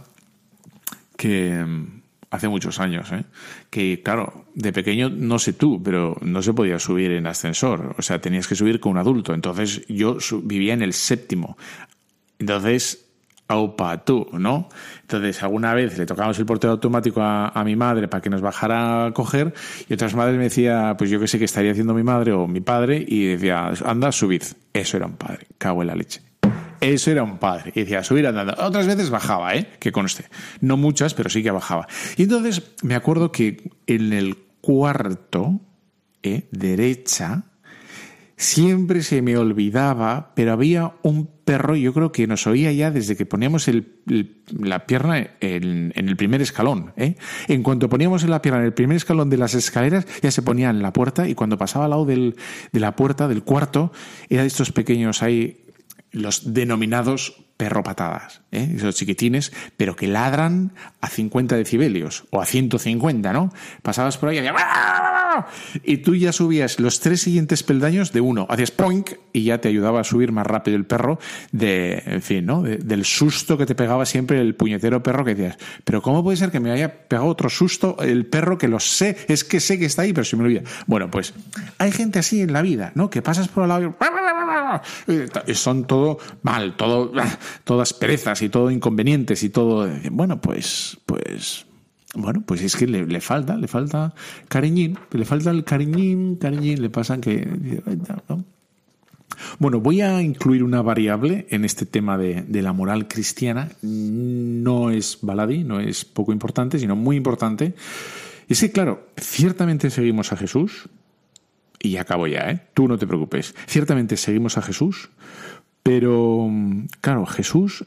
S3: que hace muchos años, que claro, de pequeño, no sé tú, pero no se podía subir en ascensor, o sea, tenías que subir con un adulto. Entonces yo vivía en el 7º. Entonces, aupa tú, ¿no? Entonces, alguna vez le tocábamos el portero automático a mi madre para que nos bajara a coger, y otras madres me decía, pues yo que sé qué estaría haciendo mi madre o mi padre, y decía, anda, subid. Eso era un padre, cago en la leche. Eso era un padre. Y decía, subir andando. Otras veces bajaba, que conste. No muchas, pero sí que bajaba. Y entonces me acuerdo que en el cuarto, derecha, siempre se me olvidaba, pero había un perro, yo creo que nos oía ya desde que poníamos la pierna en el primer escalón. En cuanto poníamos la pierna en el primer escalón de las escaleras, ya se ponía en la puerta, y cuando pasaba al lado de la puerta del cuarto, era de estos pequeños ahí, los denominados perropatadas, esos chiquitines, pero que ladran a 50 decibelios o a 150, ¿no? Pasabas por ahí y tú ya subías los 3 siguientes peldaños de uno, hacías poink y ya te ayudaba a subir más rápido el perro, del susto que te pegaba siempre el puñetero perro, que decías, pero ¿cómo puede ser que me haya pegado otro susto el perro que es que sé que está ahí, pero se me olvida? Bueno, pues hay gente así en la vida, ¿no? Que pasas por al lado y son todo mal, todas perezas y todo inconvenientes y todo. Bueno, pues es que le falta cariñín, le falta el cariñín, le pasa que, ¿no? Bueno, voy a incluir una variable en este tema de la moral cristiana. No es baladí, no es poco importante, sino muy importante. Y es que, claro, ciertamente seguimos a Jesús. Y acabo ya, tú no te preocupes. Ciertamente seguimos a Jesús, pero claro, Jesús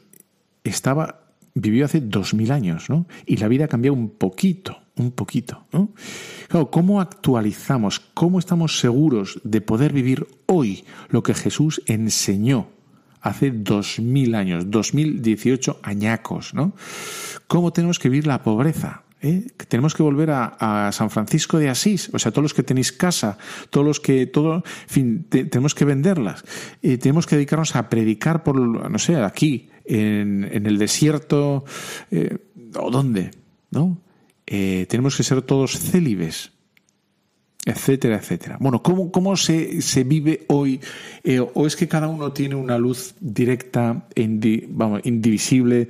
S3: vivió hace 2000 años, ¿no? Y la vida ha cambiado un poquito, ¿no? Claro, ¿cómo actualizamos, cómo estamos seguros de poder vivir hoy lo que Jesús enseñó hace 2000 años, 2018 añacos, ¿no? ¿Cómo tenemos que vivir la pobreza? Tenemos que volver a San Francisco de Asís, o sea, todos los que tenéis casa, tenemos que venderlas, tenemos que dedicarnos a predicar por, no sé, aquí, en el desierto, o dónde, ¿no? Tenemos que ser todos célibes, etcétera, etcétera. Bueno, ¿cómo se vive hoy? ¿O es que cada uno tiene una luz directa, indivisible,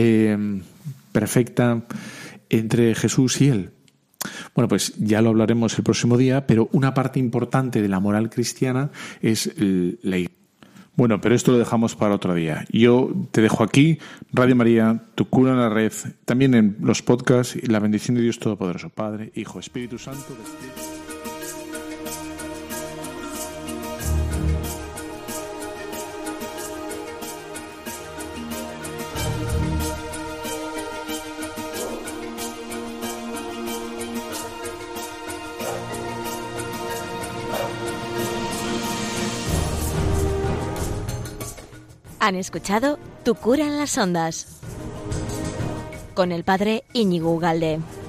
S3: perfecta, entre Jesús y él? Bueno, pues ya lo hablaremos el próximo día, pero una parte importante de la moral cristiana es la iglesia. Bueno, pero esto lo dejamos para otro día. Yo te dejo aquí, Radio María, Tu Cura en la Red, también en los podcasts, y la bendición de Dios Todopoderoso, Padre, Hijo, Espíritu Santo.
S1: Han escuchado Tu Cura en las Ondas con el padre Íñigo Ugalde.